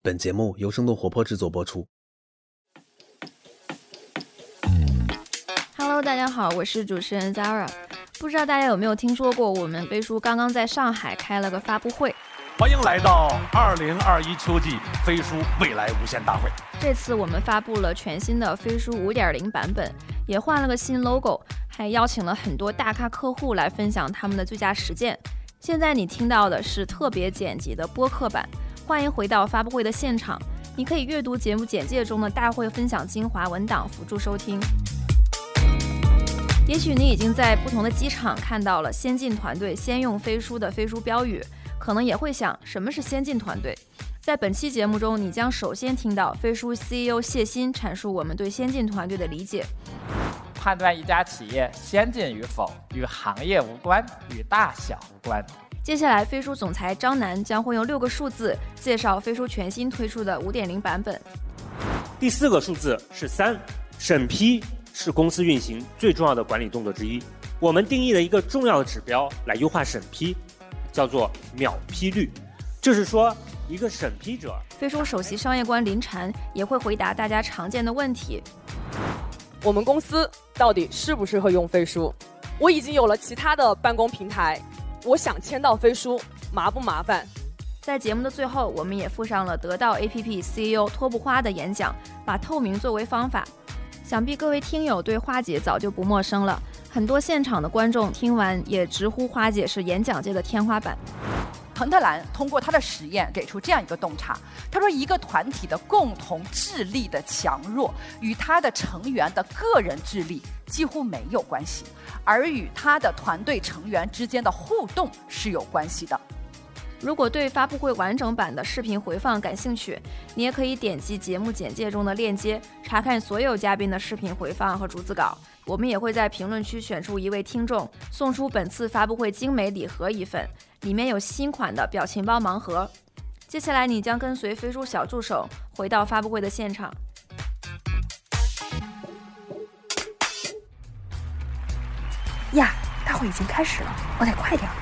本节目由生动活泼制作播出。 Hello， 大家好，我是主持人 Zara。不知道大家有没有听说过，我们飞书刚刚在上海开了个发布会。 欢迎来到2021秋季飞书未来无限大会。 这次我们发布了全新的飞书 5.0 版本，也换了个新 logo， 还邀请了很多大咖客户来分享他们的最佳实践。现在你听到的是特别剪辑的播客版。欢迎回到发布会的现场，你可以阅读节目简介中的大会分享精华文档辅助收听。也许你已经在不同的机场看到了先进团队先用飞书的飞书标语，可能也会想什么是先进团队。在本期节目中，你将首先听到飞书 CEO 谢鑫阐述我们对先进团队的理解。 判断一家企业先进与否，与行业无关，与大小无关。 接下来，飞书总裁张楠将会用6个数字介绍飞书全新推出的 5.0 版本。 第4个数字是3，审批是公司运行最重要的管理动作之一。我们定义了一个重要的指标来优化审批，叫做秒批率。就是说，一个审批者。 飞书首席商业官林婵也会回答大家常见的问题。 我们公司到底适不适合用飞书？我已经有了其他的办公平台，我想迁到飞书，麻不麻烦？ 在节目的最后，我们也附上了得到 APP CEO 托布花的演讲，把透明作为方法。想必各位听友对花姐早就不陌生了，很多现场的观众听完也直呼花姐是演讲界的天花板。 彭特兰通过他的实验给出这样一个洞察，他说一个团体的共同智力的强弱与他的成员的个人智力几乎没有关系，而与他的团队成员之间的互动是有关系的。 如果对发布会完整版的视频回放感兴趣，你也可以点击节目简介中的链接，查看所有嘉宾的视频回放和逐字稿。我们也会在评论区选出一位听众，送出本次发布会精美礼盒1份，里面有新款的表情包盲盒。接下来你将跟随飞书小助手回到发布会的现场。 呀，大会已经开始了，我得快点。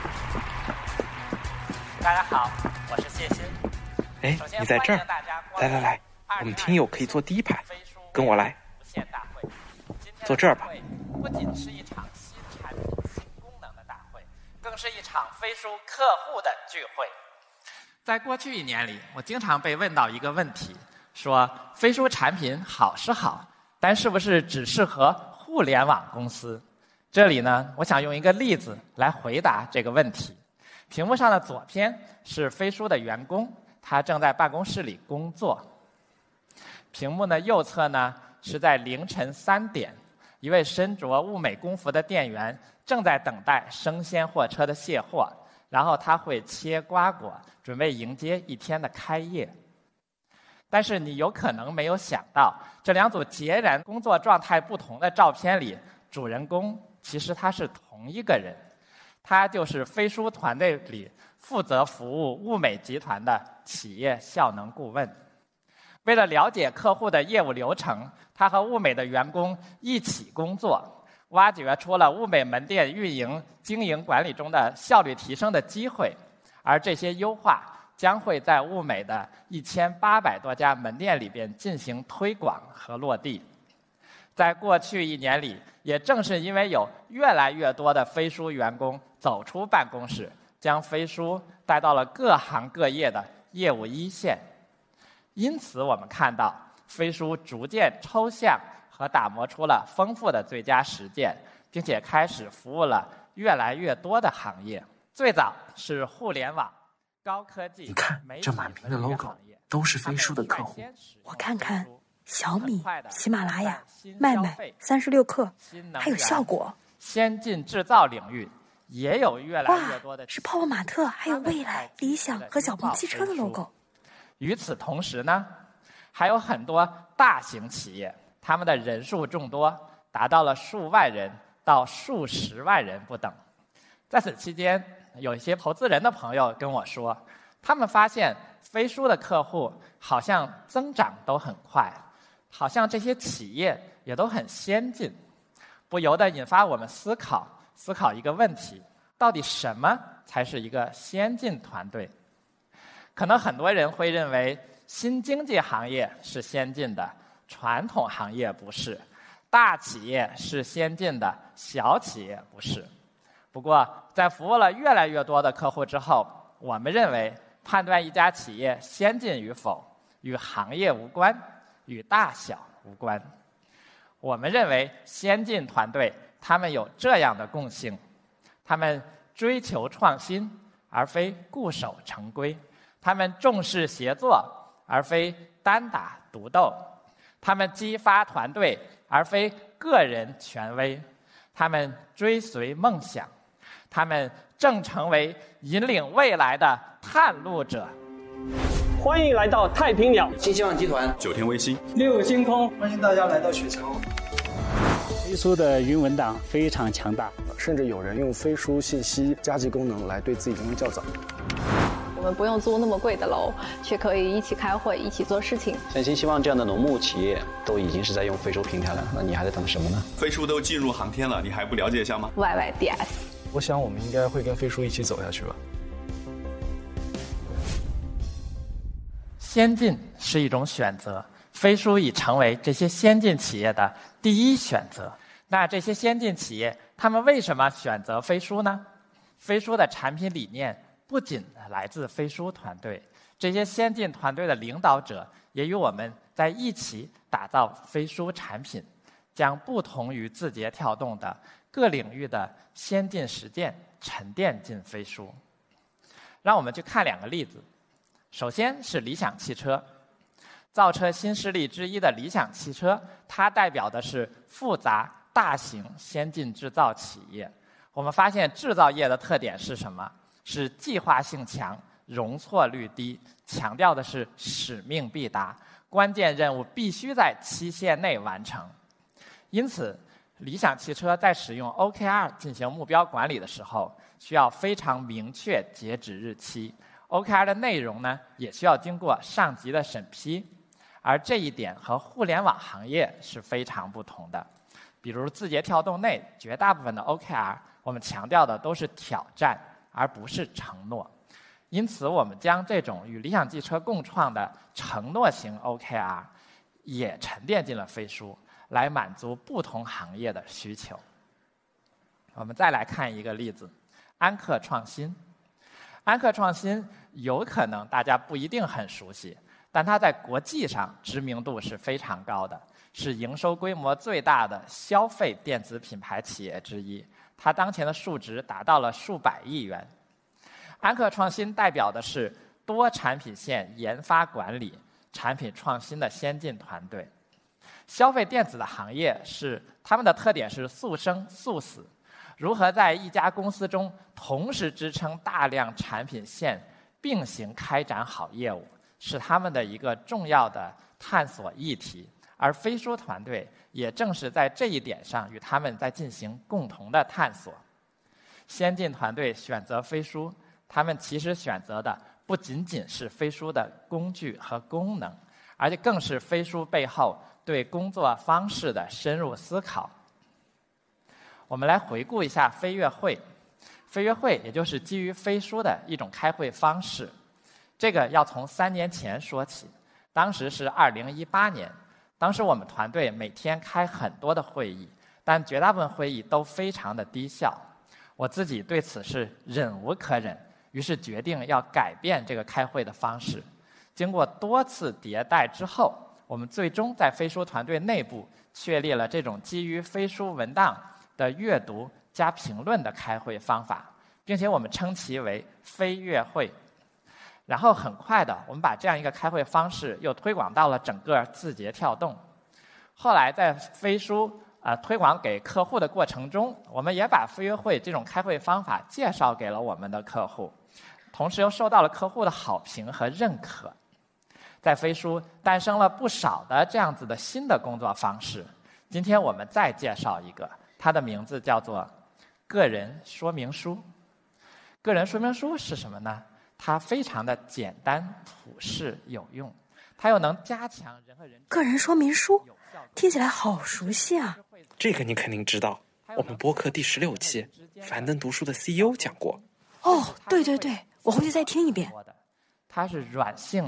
大家好，我是谢鑫。 哎，你在这儿？来，我们听友可以坐第一排，跟我来。坐这儿吧。 不仅是一场新产品、新功能的大会，更是一场飞书客户的聚会。在过去1年里，我经常被问到一个问题，说飞书产品好是好，但是不是只适合互联网公司？这里呢，我想用一个例子来回答这个问题。屏幕上的左边是飞书的员工，他正在办公室里工作。屏幕的右侧呢，是在凌晨3点，一位身着物美工服的店员正在等待生鲜货车的卸货，然后他会切瓜果，准备迎接一天的开业。但是你有可能没有想到，这2组截然工作状态不同的照片里，主人公其实他是同一个人。他就是飞书团队里负责服务物美集团的企业效能顾问。为了了解客户的业务流程，他和物美的员工一起工作，挖掘出了物美门店运营、经营管理中的效率提升的机会，而这些优化将会在物美的1800多家门店里边进行推广和落地。在过去1年里，也正是因为有越来越多的飞书员工走出办公室，将飞书带到了各行各业的业务一线。因此我们看到飞书逐渐抽象和打磨出了丰富的最佳实践，并且开始服务了越来越多的行业。最早是互联网、高科技， 你看这满屏的 logo 都是飞书的客户。 我看看小米、喜马拉雅、麦麦、36克，还有效果。 先进制造领域也有越来越多的。 哇，是泡泡玛特，还有蔚来、理想和小鹏汽车的 logo。 与此同时呢，还有很多大型企业，他们的人数众多，达到了数万人到数十万人不等。在此期间，有一些投资人的朋友跟我说，他们发现飞书的客户好像增长都很快，好像这些企业也都很先进，不由得引发我们思考一个问题：到底什么才是一个先进团队？可能很多人会认为， 新经济行业是先进的，传统行业不是；大企业是先进的，小企业不是。不过，在服务了越来越多的客户之后，我们认为判断一家企业先进与否，与行业无关，与大小无关。我们认为先进团队他们有这样的共性：他们追求创新，而非固守成规；他们重视协作，而非单打独斗；他们激发团队，而非个人权威；他们追随梦想；他们正成为引领未来的探路者。 欢迎来到太平鸟、 新希望集团、 9天卫星、 六星空， 欢迎大家来到雪球。 飞书的云文档非常强大， 甚至有人用飞书信息加急功能来对自己进行校早。 我们不用租那么贵的楼，却可以一起开会、一起做事情。 像新希望这样的农牧企业都已经是在用飞书平台了，那你还在等什么呢？ 飞书都进入航天了，你还不了解一下吗 ？YYDS。 我想我们应该会跟飞书一起走下去吧。 先进是一种选择，飞书已成为这些先进企业的第一选择。那这些先进企业，他们为什么选择飞书呢？飞书的产品理念不仅来自飞书团队，这些先进团队的领导者也与我们在一起打造飞书产品，将不同于字节跳动的各领域的先进实践沉淀进飞书。让我们去看2个例子。首先是理想汽车，造车新势力之一的理想汽车，它代表的是复杂、大型、先进制造企业。我们发现制造业的特点是什么？是计划性强，容错率低，强调的是使命必达，关键任务必须在期限内完成。因此，理想汽车在使用 OKR 进行目标管理的时候，需要非常明确截止日期。OKR 的内容呢，也需要经过上级的审批，而这一点和互联网行业是非常不同的。比如字节跳动内绝大部分的 OKR， 我们强调的都是挑战，而不是承诺。因此，我们将这种与理想汽车共创的承诺型 OKR 也沉淀进了飞书，来满足不同行业的需求。我们再来看一个例子，安克创新。安克创新有可能大家不一定很熟悉，但它在国际上知名度是非常高的，是营收规模最大的消费电子品牌企业之一。它当前的数值达到了数百亿元。安克创新代表的是多产品线研发管理、产品创新的先进团队。消费电子的行业他们的特点是速生速死。如何在一家公司中同时支撑大量产品线并行开展好业务，是他们的一个重要的探索议题。而飞书团队也正是在这一点上与他们在进行共同的探索。先进团队选择飞书，他们其实选择的不仅仅是飞书的工具和功能，而且更是飞书背后对工作方式的深入思考。我们来回顾一下飞跃会。飞跃会也就是基于飞书的一种开会方式。这个要从3年前说起，当时是2018年。当时我们团队每天开很多的会议，但绝大部分会议都非常的低效。我自己对此是忍无可忍，于是决定要改变这个开会的方式。经过多次迭代之后，我们最终在飞书团队内部确立了这种基于飞书文档的阅读加评论的开会方法，并且我们称其为飞跃会。然后很快的，我们把这样一个开会方式又推广到了整个字节跳动。后来在飞书推广给客户的过程中，我们也把飞跃会这种开会方法介绍给了我们的客户，同时又受到了客户的好评和认可。在飞书诞生了不少的这样子的新的工作方式。今天我们再介绍一个，它的名字叫做个人说明书。个人说明书是什么呢？它非常的简单、朴实、有用，它又能加强人和人。 个人说明书听起来好熟悉啊！ 这个你肯定知道，我们播客第16期，樊登读书的 CEO 讲过。 哦，对对对，我回去再听一遍。 它是软性的、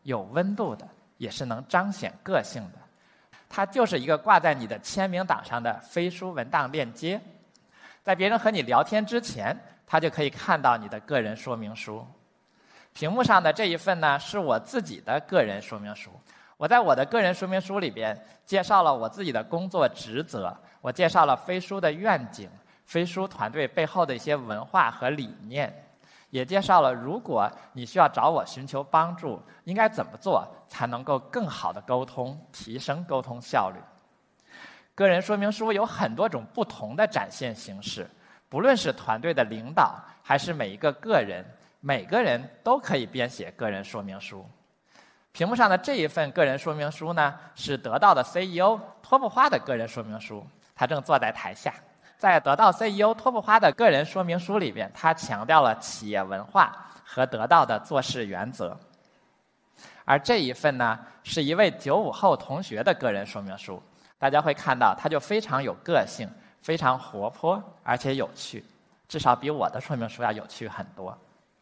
有温度的，也是能彰显个性的。它就是一个挂在你的签名档上的飞书文档链接，在别人和你聊天之前，他就可以看到你的个人说明书。屏幕上的这一份呢，是我自己的个人说明书。我在我的个人说明书里边介绍了我自己的工作职责，我介绍了飞书的愿景，飞书团队背后的一些文化和理念，也介绍了如果你需要找我寻求帮助，应该怎么做才能够更好的沟通，提升沟通效率。个人说明书有很多种不同的展现形式，不论是团队的领导还是每一个个人，每个人都可以编写个人说明书。屏幕上的这一份个人说明书呢，是得到的 CEO 托布花的个人说明书，他正坐在台下。在得到 CEO 托布花的个人说明书里边，他强调了企业文化和得到的做事原则。而这一份呢，是一位95后同学的个人说明书，大家会看到他就非常有个性，非常活泼，而且有趣，至少比我的说明书要有趣很多。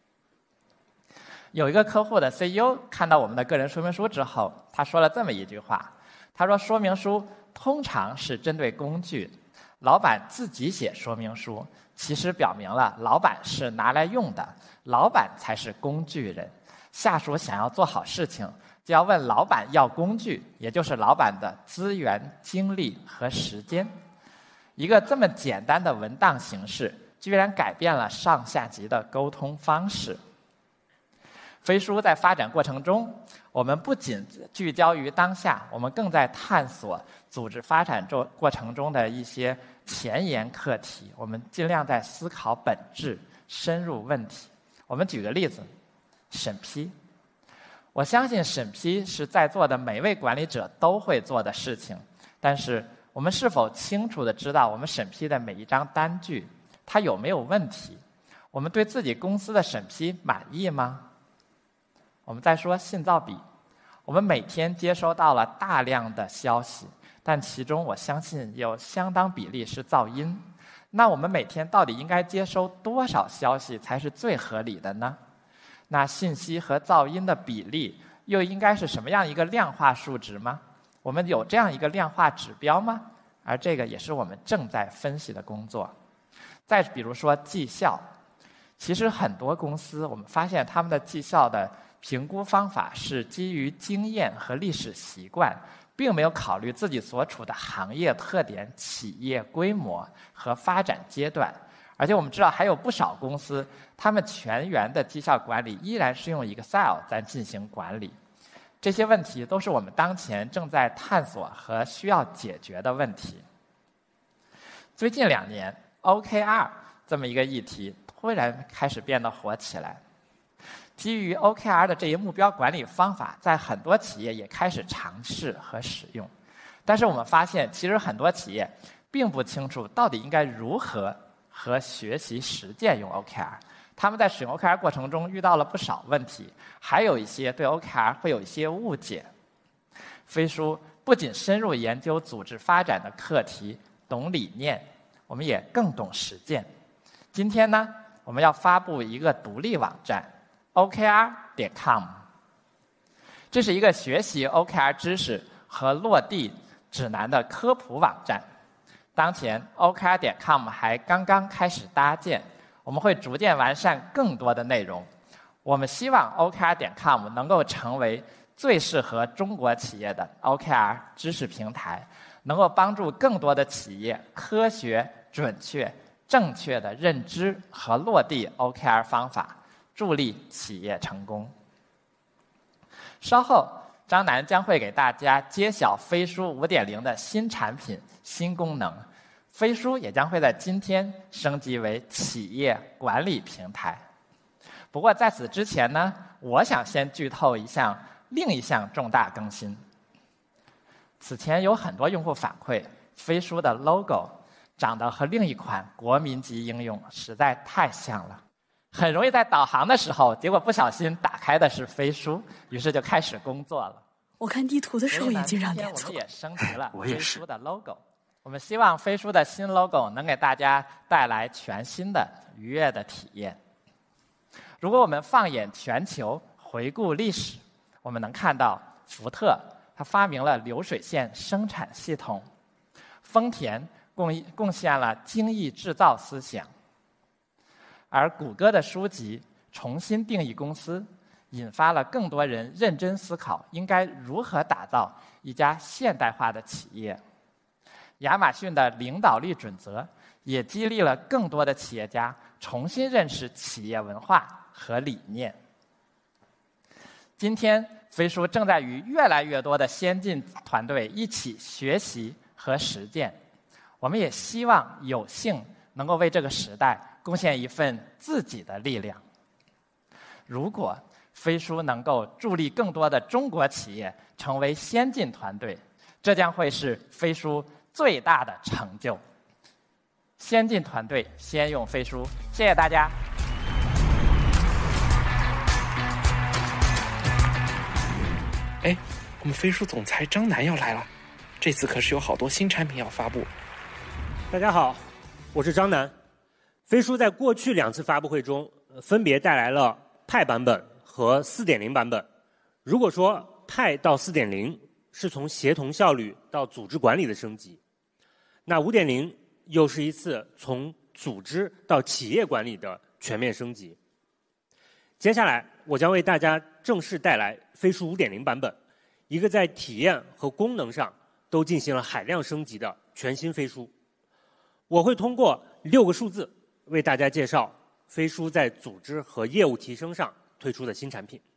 有一个客户的 CEO 看到我们的个人说明书之后，他说了这么一句话，他说说明书通常是针对工具，老板自己写说明书，其实表明了老板是拿来用的，老板才是工具人。下属想要做好事情，就要问老板要工具，也就是老板的资源、精力和时间。一个这么简单的文档形式，居然改变了上下级的沟通方式。飞书在发展过程中，我们不仅聚焦于当下，我们更在探索组织发展过程中的一些前沿课题。我们尽量在思考本质，深入问题。我们举个例子，审批。我相信审批是在座的每位管理者都会做的事情，但是我们是否清楚地知道我们审批的每一张单据，它有没有问题？我们对自己公司的审批满意吗？我们再说信噪比，我们每天接收到了大量的消息，但其中我相信有相当比例是噪音。那我们每天到底应该接收多少消息才是最合理的呢？那信息和噪音的比例又应该是什么样一个量化数值吗？我们有这样一个量化指标吗？而这个也是我们正在分析的工作。再比如说绩效，其实很多公司我们发现他们的绩效的评估方法是基于经验和历史习惯，并没有考虑自己所处的行业特点、企业规模和发展阶段。而且我们知道还有不少公司，他们全员的绩效管理依然是用 Excel 在进行管理。这些问题都是我们当前正在探索和需要解决的问题。最近2年 OKR 这么一个议题突然开始变得火起来。基于 OKR 的这一目标管理方法，在很多企业也开始尝试和使用。但是我们发现，其实很多企业并不清楚到底应该如何和学习实践用 OKR。他们在使用 OKR 过程中遇到了不少问题，还有一些对 OKR 会有一些误解。飞书不仅深入研究组织发展的课题，懂理念，我们也更懂实践。今天呢，我们要发布一个独立网站OKR.com， 这是一个学习 OKR 知识和落地指南的科普网站。当前 OKR.com 还刚刚开始搭建，我们会逐渐完善更多的内容。我们希望 OKR.com 能够成为最适合中国企业的 OKR 知识平台，能够帮助更多的企业科学、准确、正确的认知和落地 OKR 方法，助力企业成功。稍后，张楠将会给大家揭晓飞书 5.0 的新产品、新功能。飞书也将会在今天升级为企业管理平台。不过在此之前呢，我想先剧透另一项重大更新。此前有很多用户反馈，飞书的 logo 长得和另一款国民级应用实在太像了，很容易在导航的时候，结果不小心打开的是飞书，于是就开始工作了。 我看地图的时候也经常点错。 我们也升级了飞书的 logo。我们希望飞书的新 logo 能给大家带来全新的愉悦的体验。如果我们放眼全球，回顾历史，我我们能看到福特他发明了流水线生产系统，丰田贡献了精益制造思想，而谷歌的书籍重新定义公司，引发了更多人认真思考应该如何打造一家现代化的企业。亚马逊的领导力准则也激励了更多的企业家重新认识企业文化和理念。今天，飞书正在与越来越多的先进团队一起学习和实践。我们也希望有幸能够为这个时代贡献一份自己的力量。如果飞书能够助力更多的中国企业成为先进团队，这将会是飞书最大的成就。先进团队先用飞书，谢谢大家。 哎，我们飞书总裁张楠要来了，这次可是有好多新产品要发布。 大家好，我是张楠。飞书在过去2次发布会中，分别带来了派版本和 4.0 版本。如果说派到 4.0 是从协同效率到组织管理的升级，那 5.0 又是一次从组织到企业管理的全面升级。接下来，我将为大家正式带来飞书 5.0 版本，一个在体验和功能上都进行了海量升级的全新飞书。我会通过6个数字为大家介绍飞书在组织和业务提升上推出的新产品。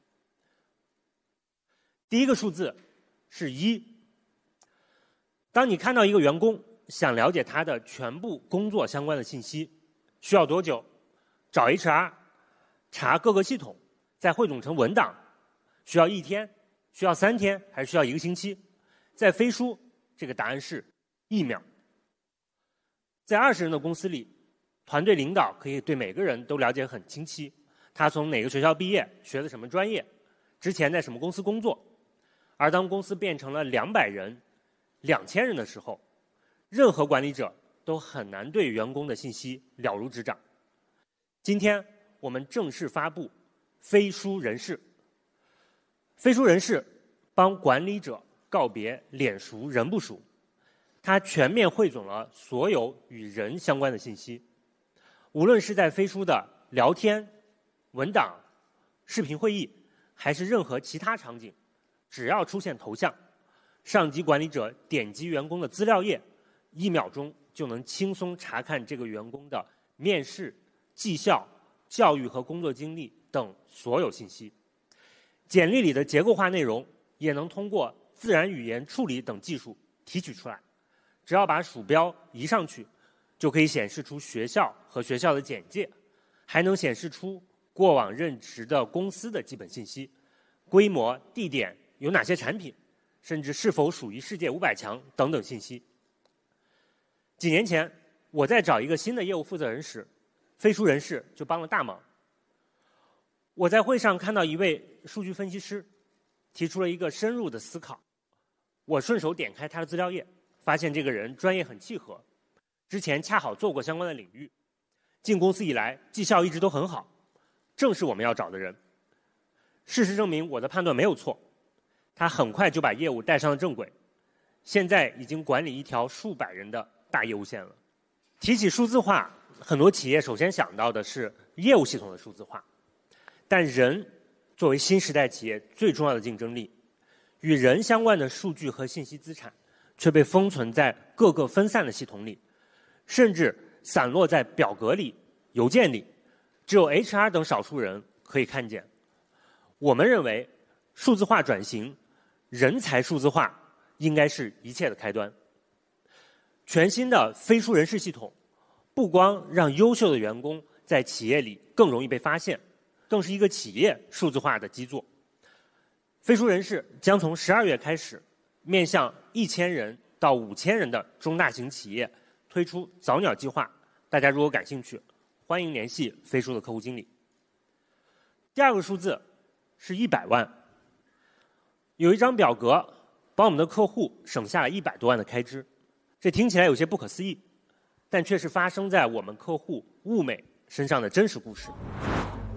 第一个数字是1。当你看到一个员工想了解他的全部工作相关的信息，需要多久？找 HR， 查各个系统，再汇总成文档，需要1天？需要3天？还是需要1个星期？在飞书，这个答案是1秒。在20人的公司里，团队领导可以对每个人都了解很清晰，他从哪个学校毕业，学的什么专业，之前在什么公司工作。而当公司变成了200人、2000人的时候，任何管理者都很难对员工的信息了如指掌。今天我们正式发布飞书人事。飞书人事帮管理者告别脸熟人不熟，它全面汇总了所有与人相关的信息，无论是在飞书的聊天、文档、视频会议，还是任何其他场景，只要出现头像，上级管理者点击员工的资料页，1秒钟就能轻松查看这个员工的面试、绩效、教育和工作经历等所有信息。简历里的结构化内容也能通过自然语言处理等技术提取出来，只要把鼠标移上去，就可以显示出学校和学校的简介，还能显示出过往任职的公司的基本信息，规模、地点、有哪些产品，甚至是否属于世界500强等等信息。几年前，我在找一个新的业务负责人时，飞书人事就帮了大忙。我在会上看到一位数据分析师提出了一个深入的思考，我顺手点开他的资料页，发现这个人专业很契合，之前恰好做过相关的领域，进公司以来绩效一直都很好，正是我们要找的人。事实证明我的判断没有错，他很快就把业务带上了正轨，现在已经管理一条数百人的大业务线了。提起数字化，很多企业首先想到的是业务系统的数字化，但人作为新时代企业最重要的竞争力，与人相关的数据和信息资产却被封存在各个分散的系统里，甚至散落在表格里、邮件里，只有 HR 等少数人可以看见。我们认为，数字化转型、人才数字化应该是一切的开端。全新的飞书人事系统，不光让优秀的员工在企业里更容易被发现，更是一个企业数字化的基座。飞书人事将从12月开始，面向1000人到5000人的中大型企业推出早鸟计划。大家如果感兴趣，欢迎联系飞书的客户经理。第2个数字是100万。有一张表格帮我们的客户省下了100多万的开支，这听起来有些不可思议，但却是发生在我们客户物美身上的真实故事。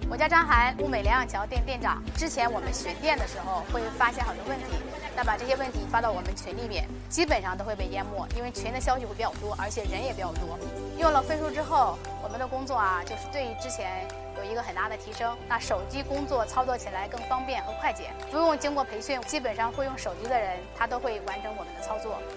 我叫张涵，物美联想桥店店长。之前我们选店的时候会发现很多问题，那把这些问题发到我们群里面，基本上都会被淹没，因为群的消息会比较多，而且人也比较多。用了飞书之后，我们的工作就是对之前有一个很大的提升。那手机工作操作起来更方便和快捷，不用经过培训，基本上会用手机的人，他都会完成我们的操作。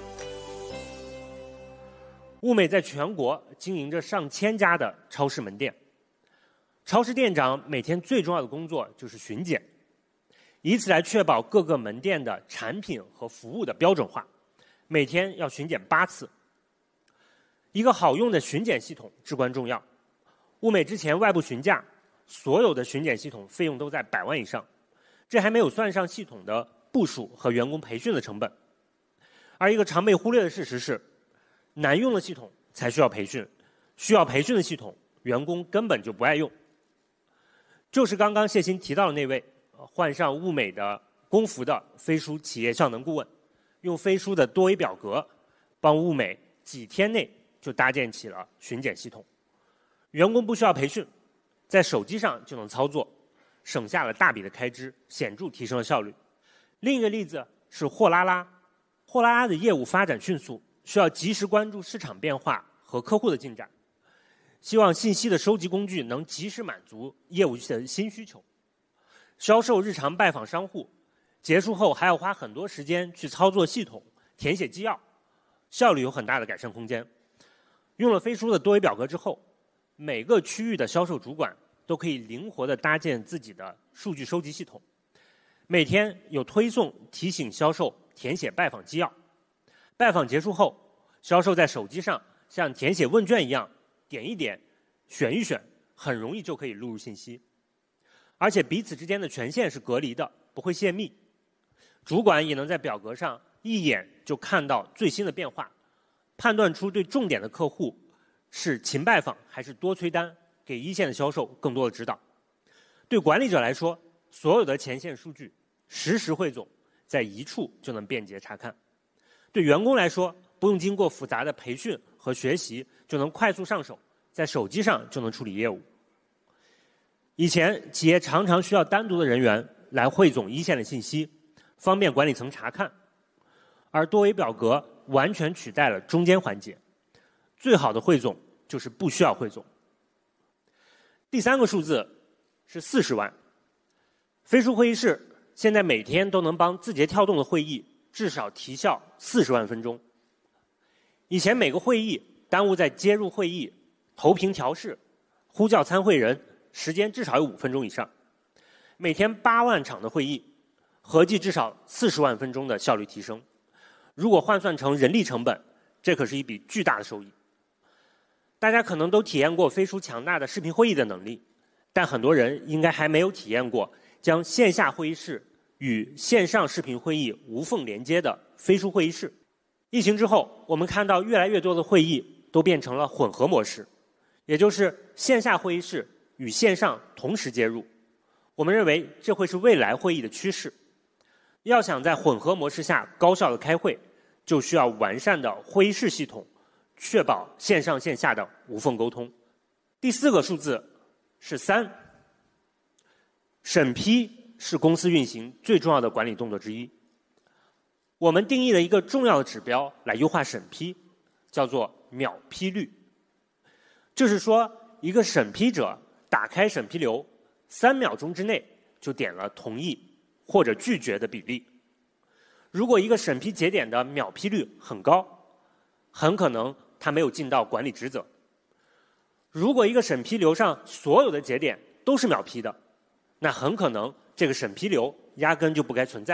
物美在全国经营着上千家的超市门店。超市店长每天最重要的工作就是巡检，以此来确保各个门店的产品和服务的标准化，每天要巡检8次。一个好用的巡检系统至关重要。物美之前外部询价，所有的巡检系统费用都在100万以上，这还没有算上系统的部署和员工培训的成本。而一个常被忽略的事实是，难用的系统才需要培训，需要培训的系统，员工根本就不爱用。就是刚刚谢鑫提到的那位换上物美的工服的飞书企业效能顾问，用飞书的多维表格帮物美几天内就搭建起了巡检系统，员工不需要培训，在手机上就能操作，省下了大笔的开支，显著提升了效率。另一个例子是货拉拉，货拉拉的业务发展迅速，需要及时关注市场变化和客户的进展，希望信息的收集工具能及时满足业务的新需求。销售日常拜访商户，结束后还要花很多时间去操作系统，填写纪要，效率有很大的改善空间。用了飞书的多维表格之后，每个区域的销售主管都可以灵活地搭建自己的数据收集系统，每天有推送提醒销售填写拜访纪要。拜访结束后，销售在手机上像填写问卷一样点一点，选一选，很容易就可以录入信息。而且彼此之间的权限是隔离的，不会泄密。主管也能在表格上一眼就看到最新的变化，判断出对重点的客户是勤拜访还是多催单，给一线的销售更多的指导。对管理者来说，所有的前线数据实时汇总，在一处就能便捷查看。对员工来说，不用经过复杂的培训和学习，就能快速上手，在手机上就能处理业务。以前企业常常需要单独的人员来汇总一线的信息，方便管理层查看，而多维表格完全取代了中间环节。最好的汇总就是不需要汇总。第3个数字是40万。飞书会议室现在每天都能帮字节跳动的会议至少提效40万分钟。以前每个会议耽误在接入会议、投屏调试、呼叫参会人，时间至少有5分钟以上。每天8万场的会议，合计至少40万分钟的效率提升。如果换算成人力成本，这可是一笔巨大的收益。大家可能都体验过飞书强大的视频会议的能力，但很多人应该还没有体验过将线下会议室与线上视频会议无缝连接的飞书会议室。疫情之后，我们看到越来越多的会议都变成了混合模式，也就是线下会议室与线上同时接入。我们认为这会是未来会议的趋势。要想在混合模式下高效的开会，就需要完善的会议室系统，确保线上线下的无缝沟通。第4个数字是3。审批是公司运行最重要的管理动作之一。我们定义了一个重要的指标来优化审批，叫做秒批率。就是说，一个审批者打开审批流，3秒钟之内就点了同意或者拒绝的比例。如果一个审批节点的秒批率很高，很可能它没有尽到管理职责。如果一个审批流上所有的节点都是秒批的，那很可能这个审批流压根就不该存在。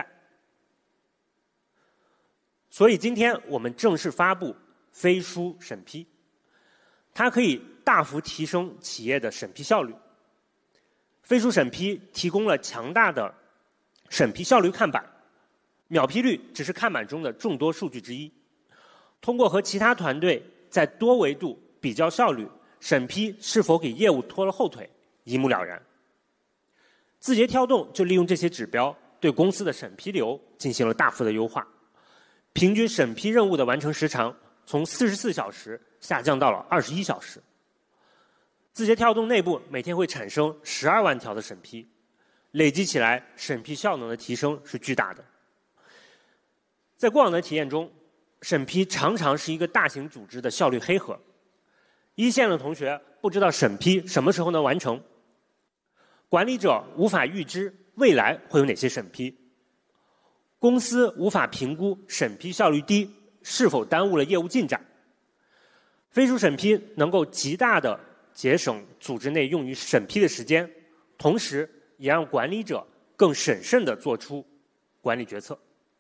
所以今天我们正式发布飞书审批，它可以大幅提升企业的审批效率。飞书审批提供了强大的审批效率看板，秒批率只是看板中的众多数据之一。通过和其他团队在多维度比较效率，审批是否给业务拖了后腿，一目了然。字节跳动就利用这些指标，对公司的审批流进行了大幅的优化，平均审批任务的完成时长从44小时下降到了21小时。 字节跳动内部每天会产生12万条的审批，累积起来审批效能的提升是巨大的。在过往的体验中，审批常常是一个大型组织的效率黑盒，一线的同学不知道审批什么时候能完成，管理者无法预知未来会有哪些审批，公司无法评估审批效率低是否耽误了业务进展。飞书审批能够极大的节省组织内用于审批的时间，同时也让管理者更审慎地做出管理决策。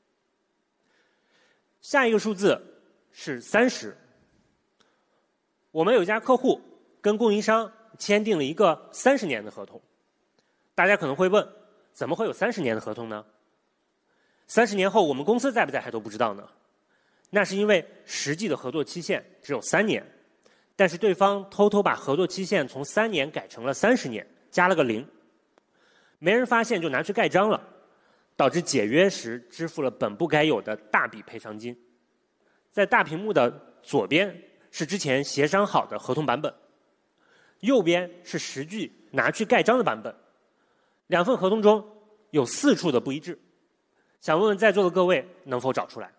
下一个数字是30。我们有一家客户跟供应商签订了一个30年的合同。大家可能会问，怎么会有30年的合同呢？30年后我们公司在不在还都不知道呢。那是因为实际的合作期限只有3年，但是对方偷偷把合作期限从3年改成了30年，加了个0，没人发现就拿去盖章了，导致解约时支付了本不该有的大笔赔偿金。在大屏幕的左边是之前协商好的合同版本，右边是实际拿去盖章的版本。2份合同中有4处的不一致，想问问在座的各位能否找出来？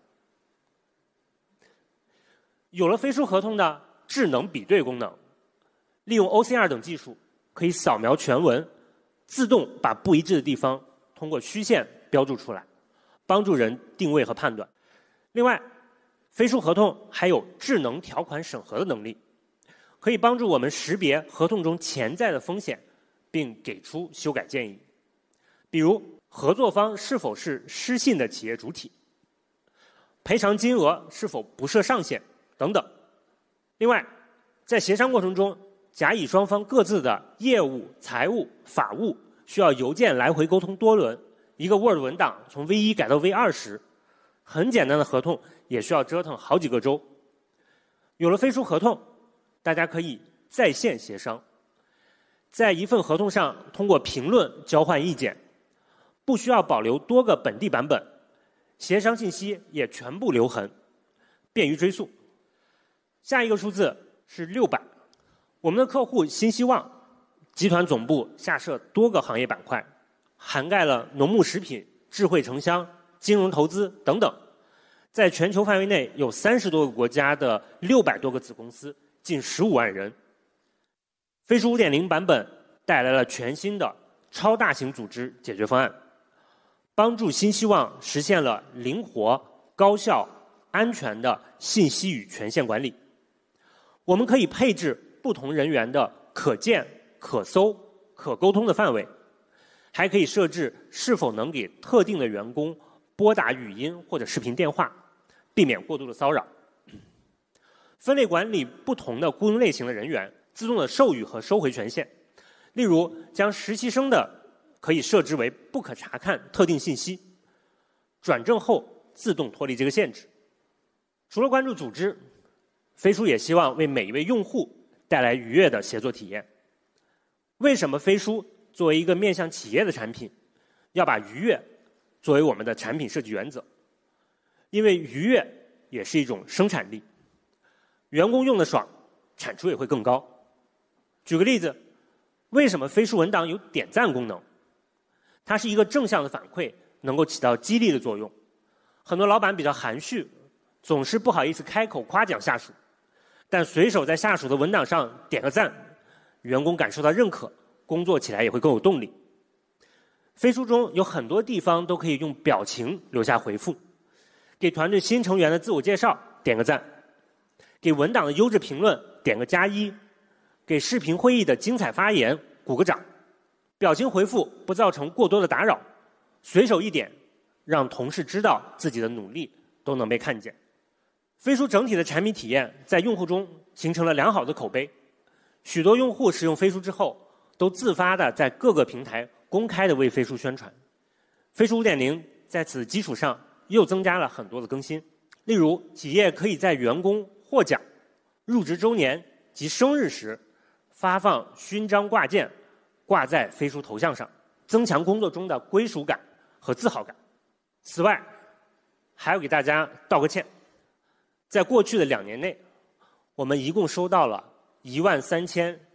有了飞书合同的智能比对功能，利用 OCR 等技术，可以扫描全文，自动把不一致的地方通过虚线标注出来，帮助人定位和判断。另外，飞书合同还有智能条款审核的能力，可以帮助我们识别合同中潜在的风险，并给出修改建议。比如，合作方是否是失信的企业主体，赔偿金额是否不设上限等等。另外，在协商过程中，甲乙双方各自的业务、财务、法务需要邮件来回沟通多轮，一个 Word 文档从 V1 改到 V20， 很简单的合同也需要折腾好几个周。有了飞书合同，大家可以在线协商，在一份合同上通过评论交换意见，不需要保留多个本地版本，协商信息也全部留痕，便于追溯。下一个数字是600。我们的客户新希望集团总部下设多个行业板块，涵盖了农牧食品、智慧城乡、金融投资等等，在全球范围内有30多个国家的600多个子公司，近15万人。飞书 5.0 版本带来了全新的超大型组织解决方案，帮助新希望实现了灵活、高效、安全的信息与权限管理。我们可以配置不同人员的可见、可搜、可沟通的范围，还可以设置是否能给特定的员工拨打语音或者视频电话，避免过度的骚扰。分类管理不同的雇佣类型的人员，自动的授予和收回权限。例如，将实习生的可以设置为不可查看特定信息，转正后自动脱离这个限制。除了关注组织，飞书也希望为每一位用户带来愉悦的协作体验。为什么飞书作为一个面向企业的产品，要把愉悦作为我们的产品设计原则？因为愉悦也是一种生产力，员工用的爽，产出也会更高。举个例子，为什么飞书文档有点赞功能？它是一个正向的反馈，能够起到激励的作用。很多老板比较含蓄，总是不好意思开口夸奖下属，但随手在下属的文档上点个赞，员工感受到认可，工作起来也会更有动力。飞书中有很多地方都可以用表情留下回复，给团队新成员的自我介绍点个赞，给文档的优质评论点个+1，给视频会议的精彩发言鼓个掌。表情回复不造成过多的打扰，随手一点，让同事知道自己的努力都能被看见。飞书整体的产品体验在用户中形成了良好的口碑，许多用户使用飞书之后，都自发的在各个平台公开的为飞书宣传。飞书 5.0 在此基础上又增加了很多的更新，例如企业可以在员工获奖、入职周年及生日时发放勋章挂件，挂在飞书头像上，增强工作中的归属感和自豪感。此外，还要给大家道个歉，在过去的2年内，我们一共收到了13100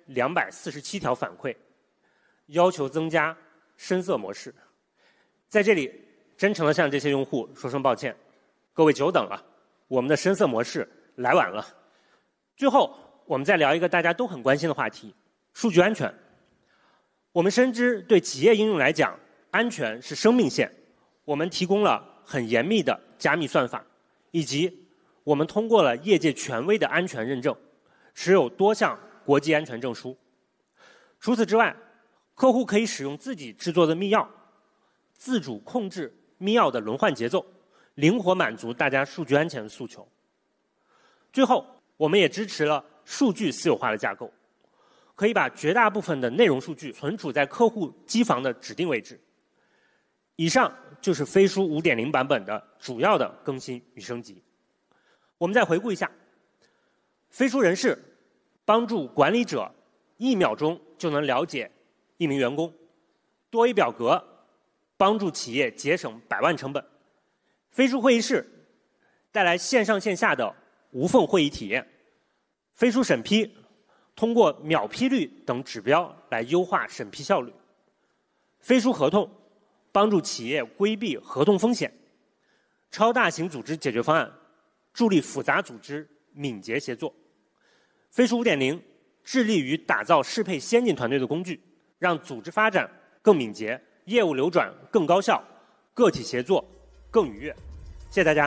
2247条反馈，要求增加深色模式。在这里，真诚地向这些用户说声抱歉，各位久等了，我们的深色模式来晚了。最后，我们再聊一个大家都很关心的话题：数据安全。我们深知，对企业应用来讲，安全是生命线。我们提供了很严密的加密算法，以及我们通过了业界权威的安全认证，持有多项国际安全证书。除此之外，客户可以使用自己制作的密钥，自主控制密钥的轮换节奏，灵活满足大家数据安全的诉求。最后，我们也支持了数据私有化的架构，可以把绝大部分的内容数据存储在客户机房的指定位置。以上就是飞书 5.0 版本的主要的更新与升级。我们再回顾一下，飞书人事帮助管理者1秒钟就能了解1名员工，多一表格帮助企业节省100万成本。飞书会议室带来线上线下的无缝会议体验。飞书审批通过秒批率等指标来优化审批效率。飞书合同帮助企业规避合同风险。超大型组织解决方案助力复杂组织敏捷协作。飞书 5.0 致力于打造适配先进团队的工具，让组织发展更敏捷，业务流转更高效，个体协作更愉悦。谢谢大家。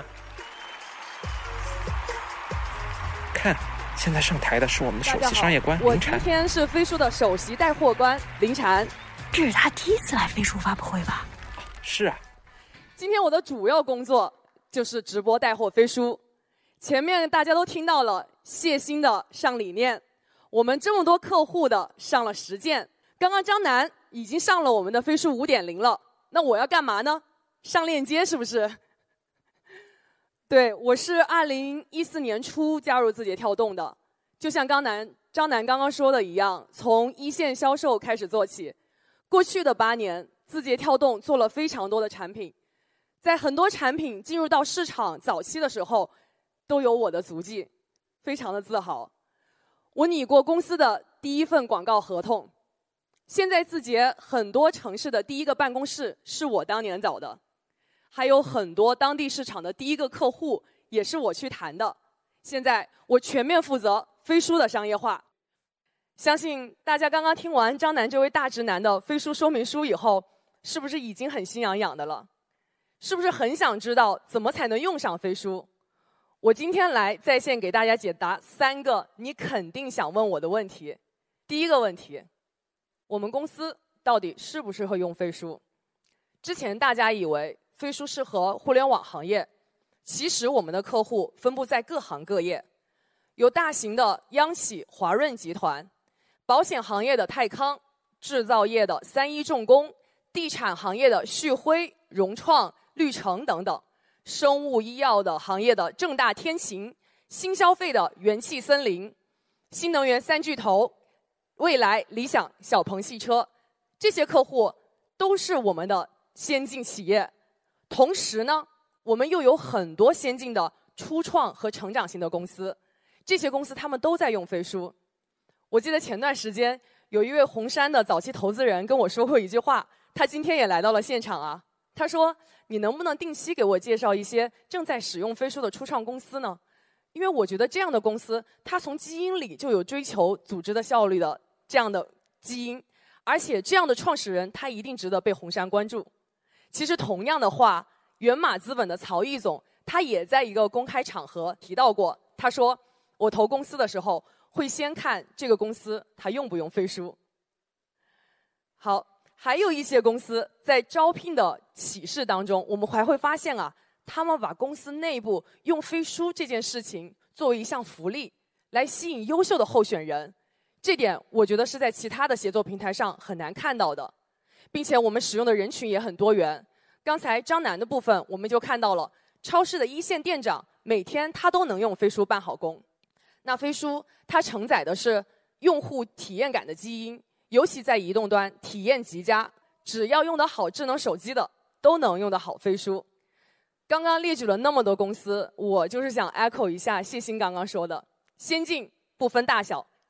看，现在上台的是我们的首席商业官林婵。 我今天是飞书的首席带货官林婵。 这是他第一次来飞书发布会吧？ 是啊。 今天我的主要工作就是直播带货飞书。前面大家都听到了谢鑫的上理念，我们这么多客户的上了实践。刚刚张楠已经上了我们的飞书 5.0 了，那我要干嘛呢？上链接是不是？对，我是2014年初加入字节跳动的，就像张楠刚刚说的一样，从一线销售开始做起。过去的8年，字节跳动做了非常多的产品，在很多产品进入到市场早期的时候，都有我的足迹，非常的自豪。我拟过公司的第一份广告合同，现在字节很多城市的第一个办公室是我当年找的，还有很多当地市场的第一个客户也是我去谈的。现在我全面负责飞书的商业化。相信大家刚刚听完张楠这位大直男的飞书说明书以后，是不是已经很心痒痒的了？是不是很想知道怎么才能用上飞书？我今天来在线给大家解答3个你肯定想问我的问题。第一个问题，我们公司到底适不适合用飞书？之前大家以为飞书适合互联网行业，其实我们的客户分布在各行各业，有大型的央企华润集团，保险行业的泰康，制造业的3一重工，地产行业的旭辉、融创、绿城等等，生物医药的行业的正大天晴，新消费的元气森林，新能源3巨头，蔚来、理想、小鹏汽车，这些客户都是我们的先进企业。同时呢，我们又有很多先进的初创和成长型的公司，这些公司他们都在用飞书。我记得前段时间有一位红杉的早期投资人跟我说过一句话，他今天也来到了现场啊。他说，你能不能定期给我介绍一些正在使用飞书的初创公司呢？因为我觉得这样的公司，它从基因里就有追求组织的效率的这样的基因，而且这样的创始人他一定值得被红杉关注。其实同样的话，源码资本的曹毅总他也在一个公开场合提到过，他说我投公司的时候会先看这个公司它用不用飞书。好，还有一些公司在招聘的启事当中，我们还会发现啊，他们把公司内部用飞书这件事情作为一项福利，来吸引优秀的候选人。这点我觉得是在其他的协作平台上很难看到的，并且我们使用的人群也很多元。刚才张楠的部分我们就看到了，超市的一线店长每天他都能用飞书办好工。那飞书它承载的是用户体验感的基因，尤其在移动端体验极佳，只要用得好智能手机的都能用得好飞书。刚刚列举了那么多公司，我就是想 echo 一下谢鑫刚刚说的，先进不分大小，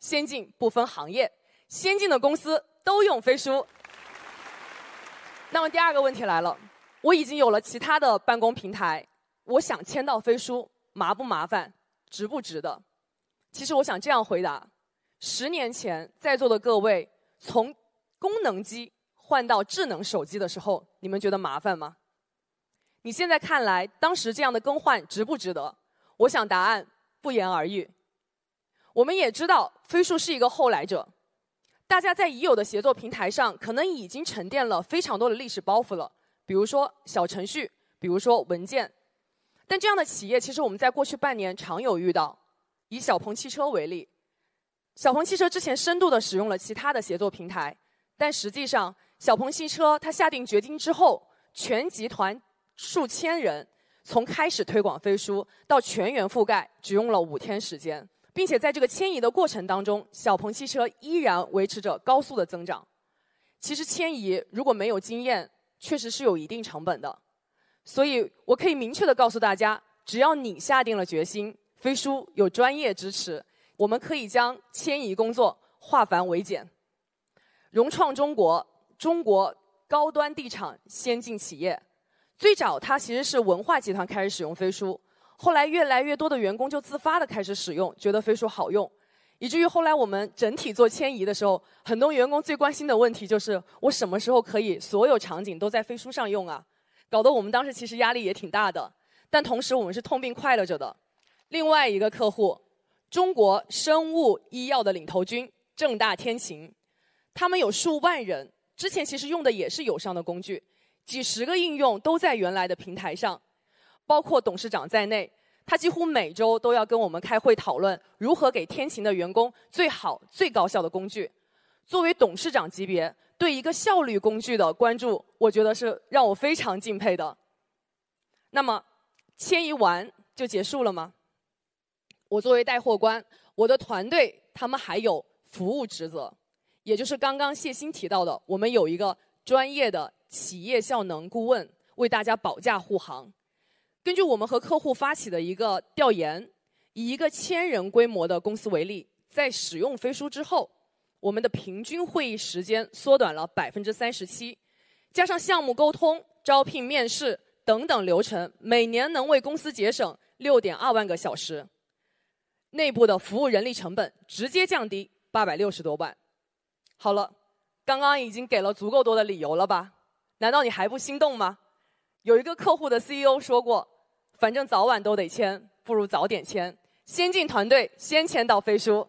先进不分行业，先进的公司都用飞书。那么第二个问题来了，我已经有了其他的办公平台，我想迁到飞书，麻不麻烦，值不值得？其实我想这样回答：10年前在座的各位从功能机换到智能手机的时候，你们觉得麻烦吗？你现在看来，当时这样的更换值不值得？我想答案不言而喻。我们也知道，飞书是一个后来者，大家在已有的协作平台上，可能已经沉淀了非常多的历史包袱了，比如说小程序，比如说文件。但这样的企业，其实我们在过去半年常有遇到。以小鹏汽车为例，小鹏汽车之前深度的使用了其他的协作平台，但实际上，小鹏汽车它下定决心之后，全集团数千人从开始推广飞书到全员覆盖，只用了5天时间，并且在这个迁移的过程当中，小鹏汽车依然维持着高速的增长。其实迁移如果没有经验，确实是有一定成本的，所以我可以明确的告诉大家，只要你下定了决心，飞书有专业支持，我们可以将迁移工作化繁为简。融创中国，中国高端地产先进企业，最早它其实是文化集团开始使用飞书，后来越来越多的员工就自发的开始使用，觉得飞书好用，以至于后来我们整体做迁移的时候，很多员工最关心的问题就是我什么时候可以所有场景都在飞书上用啊？搞得我们当时其实压力也挺大的，但同时我们是痛并快乐着的。另外一个客户，中国生物医药的领头军正大天晴，他们有数万人，之前其实用的也是友商的工具，几十个应用都在原来的平台上，包括董事长在内，他几乎每周都要跟我们开会讨论如何给天晴的员工最好最高效的工具。作为董事长级别，对一个效率工具的关注，我觉得是让我非常敬佩的。那么迁移完就结束了吗？我作为带货官，我的团队他们还有服务职责，也就是刚刚谢鑫提到的，我们有一个专业的企业效能顾问为大家保驾护航。根据我们和客户发起的一个调研，以一个1000人规模的公司为例，在使用飞书之后，我们的平均会议时间缩短了37%，加上项目沟通、招聘、面试等等流程，每年能为公司节省6.2万个小时。内部的服务人力成本直接降低860多万。好了，刚刚已经给了足够多的理由了吧？难道你还不心动吗？有一个客户的 CEO 说过，反正早晚都得签，不如早点签。先进团队先签到飞书。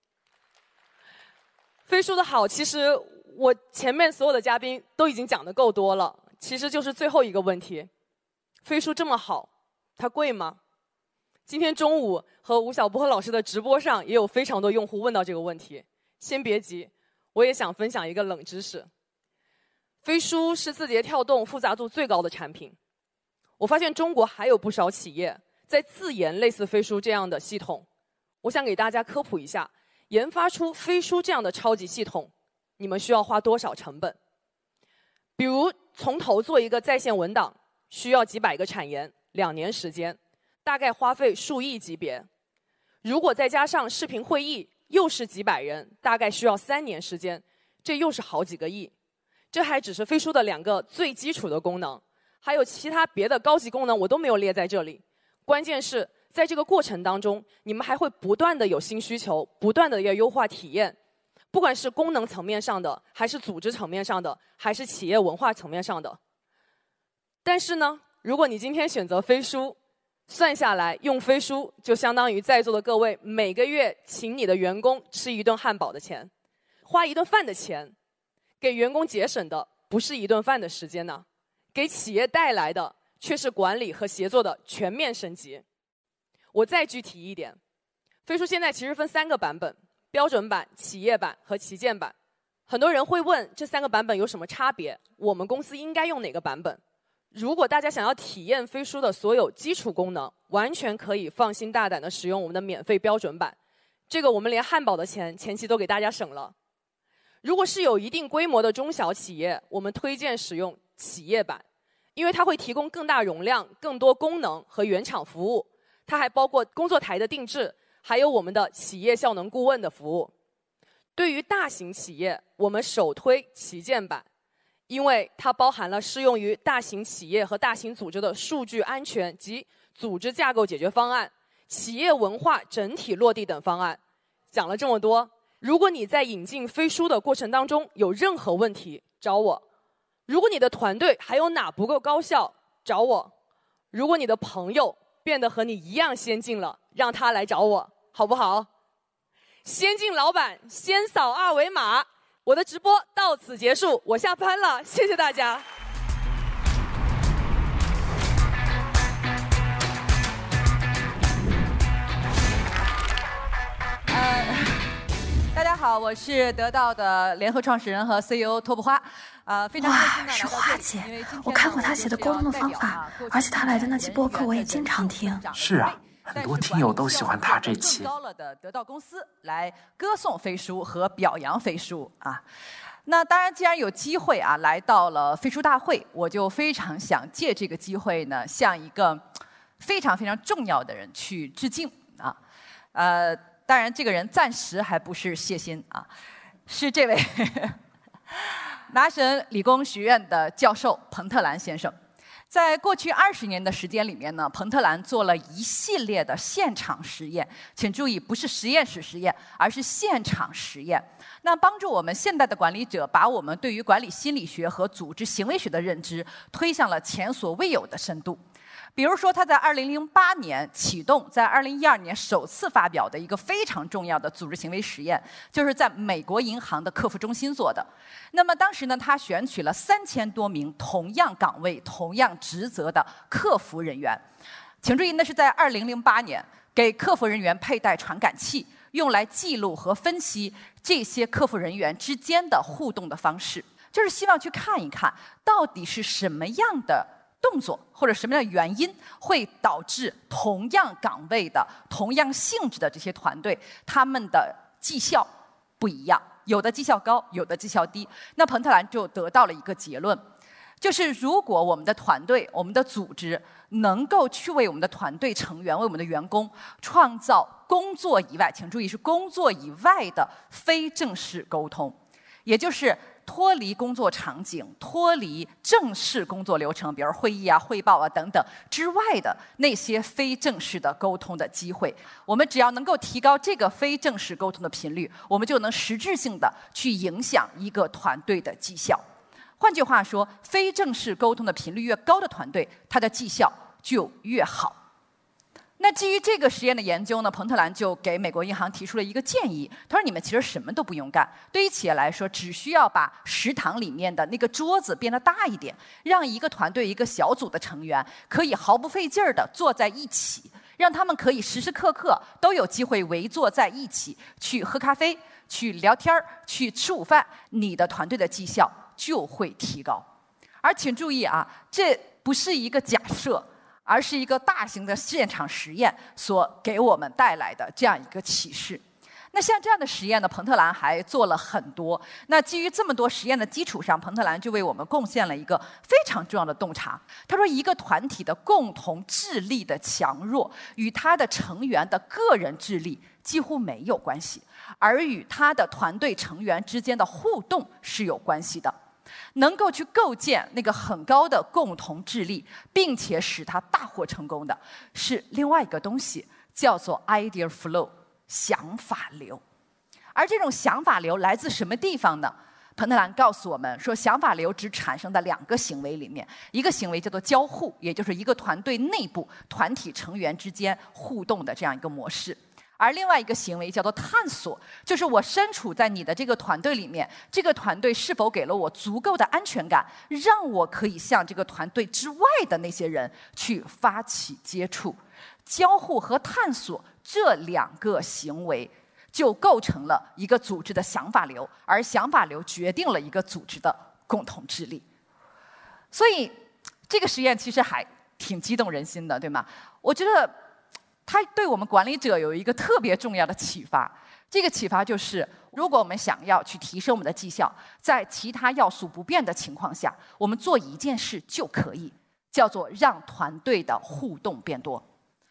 飞书的好，其实我前面所有的嘉宾都已经讲得够多了，其实就是最后一个问题，飞书这么好，它贵吗？今天中午和吴晓波老师的直播上也有非常多用户问到这个问题。先别急，我也想分享一个冷知识。飞书是字节跳动复杂度最高的产品。我发现中国还有不少企业在自研类似飞书这样的系统。我想给大家科普一下，研发出飞书这样的超级系统，你们需要花多少成本？比如从头做一个在线文档，需要几百个产研，2年时间。大概花费数亿级别，如果再加上视频会议，又是几百人，大概需要3年时间，这又是好几个亿。这还只是飞书的2个最基础的功能，还有其他别的高级功能我都没有列在这里。关键是在这个过程当中，你们还会不断的有新需求，不断的要优化体验，不管是功能层面上的，还是组织层面上的，还是企业文化层面上的。但是呢，如果你今天选择飞书，算下来，用飞书就相当于在座的各位每个月请你的员工吃一顿汉堡的钱，花一顿饭的钱，给员工节省的不是一顿饭的时间呢，给企业带来的却是管理和协作的全面升级。我再具体一点，飞书现在其实分3个版本：标准版、企业版和旗舰版。很多人会问这3个版本有什么差别？我们公司应该用哪个版本？如果大家想要体验飞书的所有基础功能，完全可以放心大胆的使用我们的免费标准版。这个我们连汉堡的钱前期都给大家省了。如果是有一定规模的中小企业，我们推荐使用企业版，因为它会提供更大容量、更多功能和原厂服务。它还包括工作台的定制，还有我们的企业效能顾问的服务。 对于大型企业，我们首推旗舰版，因为它包含了适用于大型企业和大型组织的数据安全及组织架构解决方案、企业文化整体落地等方案。讲了这么多，如果你在引进飞书的过程当中有任何问题，找我；如果你的团队还有哪不够高效，找我；如果你的朋友变得和你一样先进了，让他来找我，好不好？先进老板先扫二维码。我的直播到此结束，我下班了，谢谢大家。 大家好，我是得到的联合创始人和 CEO 托布花，非常开心的是花姐，我看过她写的沟通的方法，而且她来的那期播客我也经常听。 是啊，很多听友都喜欢她这期。 高了的得到公司来歌颂飞书和表扬飞书啊。那当然，既然有机会啊，来到了飞书大会，我就非常想借这个机会呢，向一个非常非常重要的人去致敬啊。当然，这个人暂时还不是谢欣啊，是这位麻省理工学院的教授彭特兰先生。在过去20年的时间里面呢，彭特兰做了一系列的现场实验，请注意，不是实验室实验，而是现场实验。那帮助我们现代的管理者把我们对于管理心理学和组织行为学的认知推向了前所未有的深度。比如说，他在2008年启动，在2012年首次发表的一个非常重要的组织行为实验，就是在美国银行的客服中心做的。那么当时呢，他选取了3000多名同样岗位、同样职责的客服人员。请注意，那是在2008年，给客服人员佩戴传感器，用来记录和分析这些客服人员之间的互动的方式，就是希望去看一看，到底是什么样的动作或者什么样的原因会导致同样岗位的、同样性质的这些团队，他们的绩效不一样，有的绩效高，有的绩效低。那彭特兰就得到了一个结论，就是如果我们的团队、我们的组织能够去为我们的团队成员、为我们的员工创造工作以外，请注意是工作以外的非正式沟通，也就是脱离工作场景、脱离正式工作流程，比如会议啊、汇报啊等等之外的那些非正式的沟通的机会，我们只要能够提高这个非正式沟通的频率，我们就能实质性的去影响一个团队的绩效。换句话说，非正式沟通的频率越高的团队，它的绩效就越好。那基于这个实验的研究呢，彭特兰就给美国银行提出了一个建议，他说：“你们其实什么都不用干，对于企业来说，只需要把食堂里面的那个桌子变得大一点，让一个团队、一个小组的成员可以毫不费劲儿地坐在一起，让他们可以时时刻刻都有机会围坐在一起去喝咖啡、去聊天、去吃午饭，你的团队的绩效就会提高。”而请注意啊，这不是一个假设，而是一个大型的现场实验所给我们带来的这样一个启示。那像这样的实验呢，彭特兰还做了很多。那基于这么多实验的基础上，彭特兰就为我们贡献了一个非常重要的洞察。他说，一个团体的共同智力的强弱与他的成员的个人智力几乎没有关系，而与他的团队成员之间的互动是有关系的。能够去构建那个很高的共同智力，并且使它大获成功的是另外一个东西，叫做 idea flow 想法流。而这种想法流来自什么地方呢？彭特兰告诉我们说，想法流只产生在2个行为里面，一个行为叫做交互，也就是一个团队内部团体成员之间互动的这样一个模式。而另外一个行为叫做探索，就是我身处在你的这个团队里面，这个团队是否给了我足够的安全感，让我可以向这个团队之外的那些人去发起接触。交互和探索这2个行为就构成了一个组织的想法流，而想法流决定了一个组织的共同智力。所以这个实验其实还挺激动人心的，对吗？我觉得它对我们管理者有一个特别重要的启发，这个启发就是，如果我们想要去提升我们的绩效，在其他要素不变的情况下，我们做一件事就可以，叫做让团队的互动变多。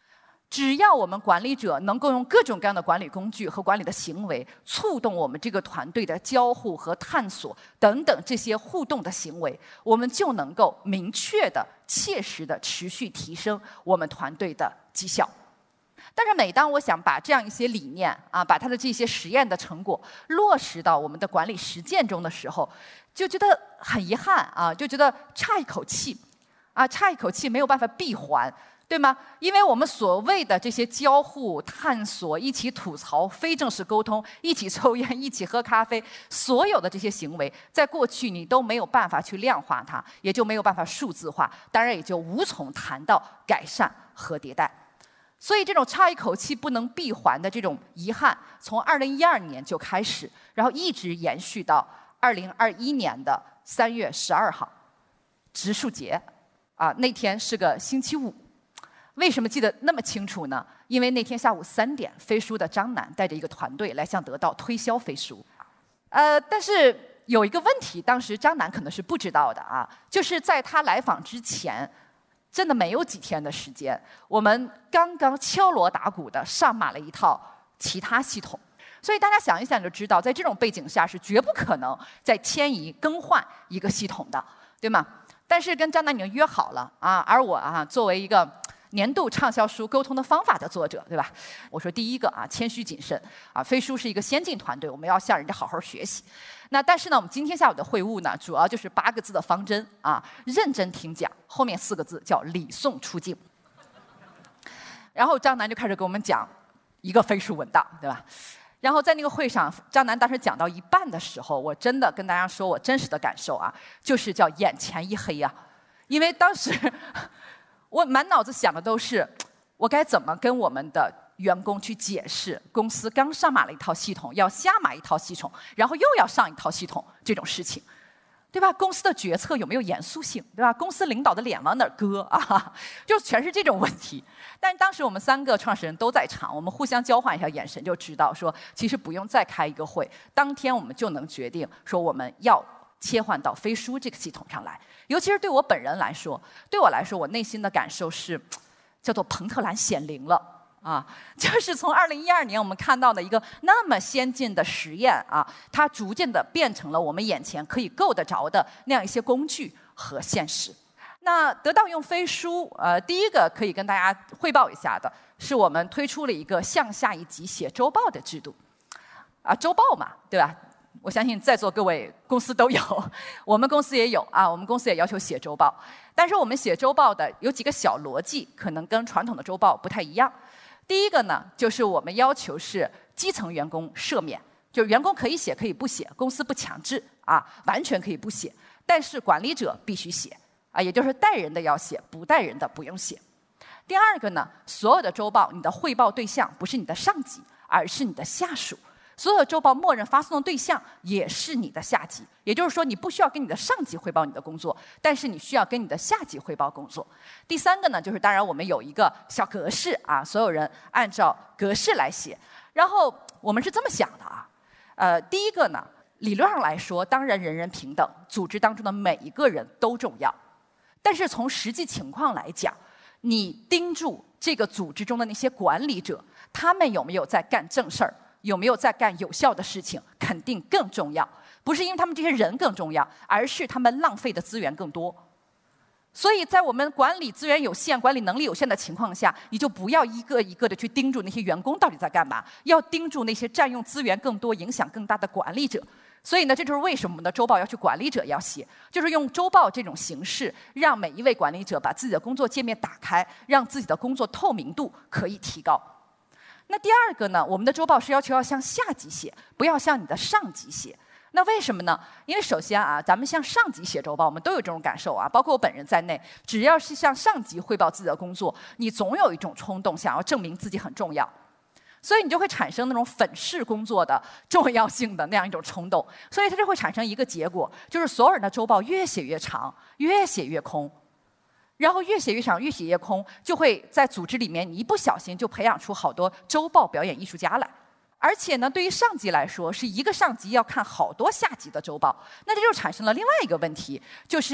只要我们管理者能够用各种各样的管理工具和管理的行为，触动我们这个团队的交互和探索等等这些互动的行为，我们就能够明确的、切实的持续提升我们团队的绩效。但是每当我想把这样一些理念啊，把它的这些实验的成果落实到我们的管理实践中的时候，就觉得很遗憾啊，就觉得差一口气啊，差一口气没有办法闭环。对吗？因为我们所谓的这些交互、探索、一起吐槽、非正式沟通、一起抽烟、一起喝咖啡，所有的这些行为，在过去你都没有办法去量化它，也就没有办法数字化，当然也就无从谈到改善和迭代。所以这种差一口气不能闭环的这种遗憾，从2012年就开始，然后一直延续到2021年的3月12号，植树节，啊，那天是个星期五。为什么记得那么清楚呢？因为那天下午3点，飞书的张楠带着一个团队来向得到推销飞书。但是有一个问题，当时张楠可能是不知道的啊，就是在他来访之前，真的没有几天的时间，我们刚刚敲锣打鼓的上马了一套其他系统。所以大家想一想就知道，在这种背景下是绝不可能再迁移更换一个系统的，对吗？但是跟张楠已经约好了啊，而我啊作为一个年度畅销书《沟通的方法》的作者，对吧？我说第一个啊，谦虚谨慎啊，飞书是一个先进团队，我们要向人家好好学习。那但是呢，我们今天下午的会晤呢，主要就是8个字的方针啊，认真听讲，后面4个字叫礼送出境。然后张楠就开始给我们讲一个飞书文档，对吧？然后在那个会上，张楠当时讲到一半的时候，我真的跟大家说我真实的感受啊，就是叫眼前一黑啊，因为当时我满脑子想的都是，我该怎么跟我们的员工去解释公司刚上马了一套系统，要下马一套系统，然后又要上一套系统这种事情，对吧？公司的决策有没有严肃性，对吧？公司领导的脸往哪儿搁啊？就全是这种问题。但是当时我们3个创始人都在场，我们互相交换一下眼神，就知道说，其实不用再开一个会，当天我们就能决定说我们要切换到飞书这个系统上来。尤其是对我本人来说，我内心的感受是，叫做彭特兰显灵了啊！就是从2012年我们看到的一个那么先进的实验啊，它逐渐的变成了我们眼前可以够得着的那样一些工具和现实。那得到用飞书，第一个可以跟大家汇报一下的是，我们推出了一个向下一级写周报的制度，啊，周报嘛，对吧？我相信在座各位公司都有，我们公司也有啊，我们公司也要求写周报。但是我们写周报的有几个小逻辑，可能跟传统的周报不太一样。第一个呢，就是我们要求是基层员工赦免，就是员工可以写可以不写，公司不强制啊，完全可以不写。但是管理者必须写啊，也就是带人的要写，不带人的不用写。第二个呢，所有的周报你的汇报对象不是你的上级，而是你的下属。所有的周报默认发送的对象也是你的下级，也就是说，你不需要跟你的上级汇报你的工作，但是你需要跟你的下级汇报工作。第三个呢，就是当然我们有一个小格式啊，所有人按照格式来写。然后我们是这么想的啊，第一个呢，理论上来说，当然人人平等，组织当中的每一个人都重要。但是从实际情况来讲，你盯住这个组织中的那些管理者，他们有没有在干正事儿？有没有在干有效的事情，肯定更重要。不是因为他们这些人更重要，而是他们浪费的资源更多。所以在我们管理资源有限、管理能力有限的情况下，你就不要一个一个的去盯住那些员工到底在干嘛，要盯住那些占用资源更多、影响更大的管理者。所以呢，这就是为什么我们的周报要求管理者要写，就是用周报这种形式，让每一位管理者把自己的工作界面打开，让自己的工作透明度可以提高。那第二个呢，我们的周报是要求要向下级写，不要向你的上级写。那为什么呢？因为首先啊，咱们向上级写周报，我们都有这种感受啊，包括我本人在内，只要是向上级汇报自己的工作，你总有一种冲动想要证明自己很重要，所以你就会产生那种粉饰工作的重要性的那样一种冲动，所以它就会产生一个结果，就是所有人的周报越写越长，越写越空。然后越写越长，越写越空，就会在组织里面，你一不小心就培养出好多周报表演艺术家来。而且呢，对于上级来说，是一个上级要看好多下级的周报，那这就产生了另外一个问题，就是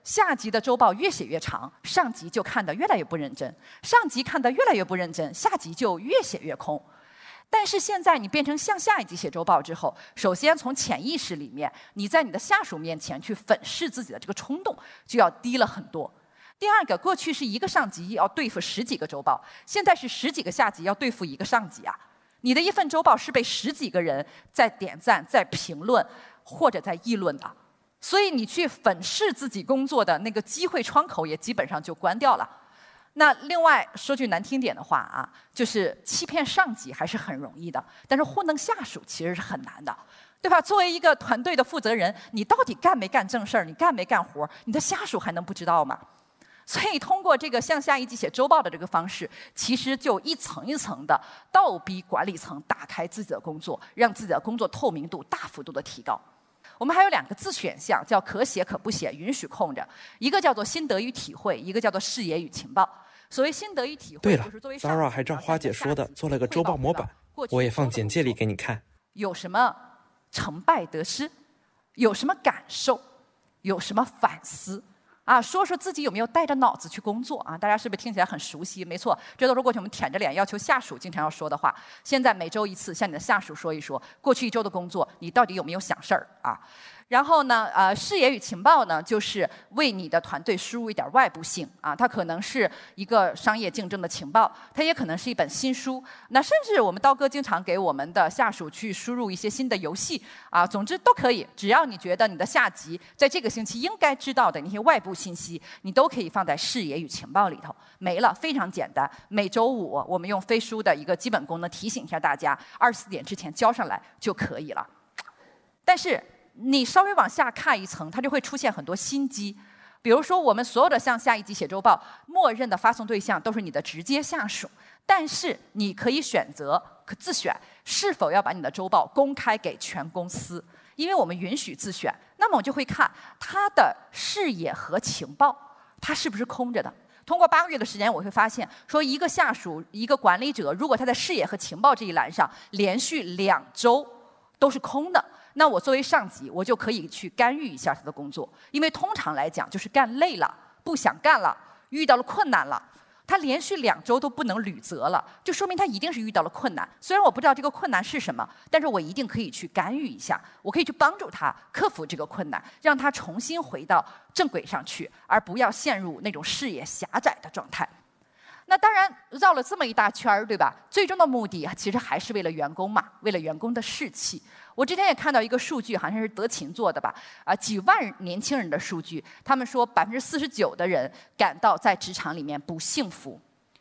下级的周报越写越长，上级就看得越来越不认真；上级看得越来越不认真，下级就越写越空。但是现在你变成向下一级写周报之后，首先从潜意识里面，你在你的下属面前去粉饰自己的这个冲动就要低了很多。第二个，过去是一个上级要对付10几个周报，现在是10几个下级要对付一个上级啊。你的一份周报是被10几个人在点赞、在评论或者在议论的，所以你去粉饰自己工作的那个机会窗口也基本上就关掉了。那另外说句难听点的话啊，就是欺骗上级还是很容易的，但是糊弄下属其实是很难的，对吧？作为一个团队的负责人，你到底干没干正事儿，你干没干活，你的下属还能不知道吗？所以通过这个向下一级写周报的这个方式，其实就一层一层的倒逼管理层打开自己的工作，让自己的工作透明度大幅度的提高。我们还有2个自选项，叫可写可不写，允许空着。一个叫做心得与体会，一个叫做视野与情报。所谓心得与体会， 对了就是作为 ，Zara 还照花姐说的做了个周报模板，我也放简介里给你看。 有什么成败得失，有什么感受，有什么反思啊？说说自己有没有带着脑子去工作啊？大家是不是听起来很熟悉？没错，这都是过去我们舔着脸要求下属经常要说的话。现在每周1次，向你的下属说一说，过去1周的工作你到底有没有想事儿啊？然后呢，视野与情报呢，就是为你的团队输入一点外部性啊，它可能是一个商业竞争的情报，它也可能是一本新书，那甚至我们刀哥经常给我们的下属去输入一些新的游戏啊，总之都可以，只要你觉得你的下级在这个星期应该知道的那些外部信息，你都可以放在视野与情报里头。没了，非常简单，每周5我们用飞书的一个基本功能提醒一下大家，24点之前交上来就可以了。但是你稍微往下看一层，它就会出现很多心机。比如说，我们所有的向下一级写周报，默认的发送对象都是你的直接下属，但是你可以选择，可自选是否要把你的周报公开给全公司，因为我们允许自选。那么我就会看它的视野和情报，它是不是空着的。通过8个月的时间，我会发现，说一个下属、一个管理者，如果他在视野和情报这一栏上连续2周都是空的，那我作为上级，我就可以去干预一下他的工作，因为通常来讲就是干累了，不想干了，遇到了困难了，他连续2周都不能履责了，就说明他一定是遇到了困难。虽然我不知道这个困难是什么，但是我一定可以去干预一下，我可以去帮助他克服这个困难，让他重新回到正轨上去，而不要陷入那种视野狭窄的状态。那当然绕了这么一大圈儿，对吧？最终的目的其实还是为了员工嘛，为了员工的士气。我之前也看到一个数据，好像是德勤做的吧，几万年轻人的数据，他们说49%的人感到在职场里面不幸福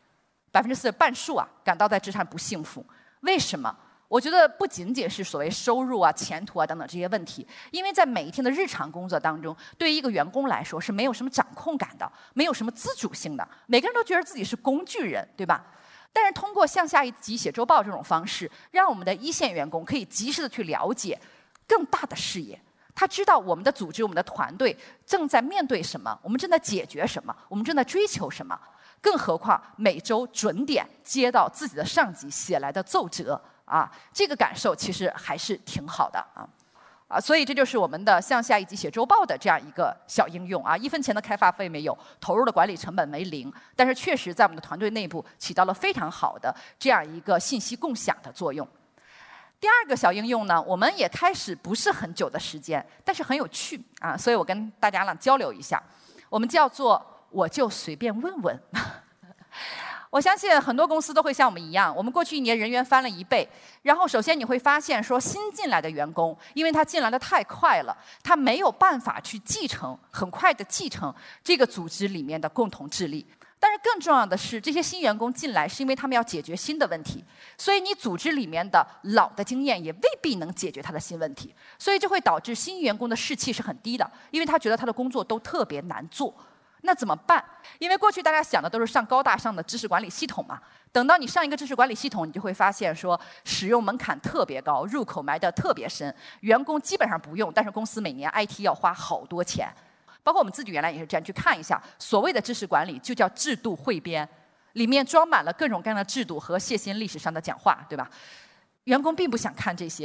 ，40%半数啊感到在职场不幸福。为什么？我觉得不仅仅是所谓收入啊、前途啊等等这些问题，因为在每一天的日常工作当中，对于一个员工来说是没有什么掌控感的，没有什么自主性的，每个人都觉得自己是工具人，对吧？但是通过向下一级写周报这种方式，让我们的一线员工可以及时的去了解更大的视野。他知道我们的组织、我们的团队正在面对什么，我们正在解决什么，我们正在追求什么。更何况每周准点接到自己的上级写来的奏折啊，这个感受其实还是挺好的啊。所以这就是我们的向下一级写周报的这样一个小应用啊，1分钱的开发费没有，投入的管理成本为0，但是确实在我们的团队内部起到了非常好的这样一个信息共享的作用。第2个小应用呢，我们也开始不是很久的时间，但是很有趣啊，所以我跟大家呢交流一下，我们叫做我就随便问问。我相信很多公司都会像我们一样，我们过去1年人员翻了1倍，然后首先你会发现说新进来的员工，因为他进来的太快了，他没有办法去很快的继承这个组织里面的共同治理。但是更重要的是，这些新员工进来是因为他们要解决新的问题，所以你组织里面的老的经验也未必能解决他的新问题，所以就会导致新员工的士气是很低的，因为他觉得他的工作都特别难做。那怎么办？因为过去大家想的都是上高大上的知识管理系统嘛，等到你上一个知识管理系统，你就会发现说使用门槛特别高，入口埋得特别深，员工基本上不用，但是公司每年 IT 要花好多钱。包括我们自己原来也是这样，去看一下所谓的知识管理就叫制度汇编，里面装满了各种各样的制度和谢欣历史上的讲话，对吧？员工并不想看这些，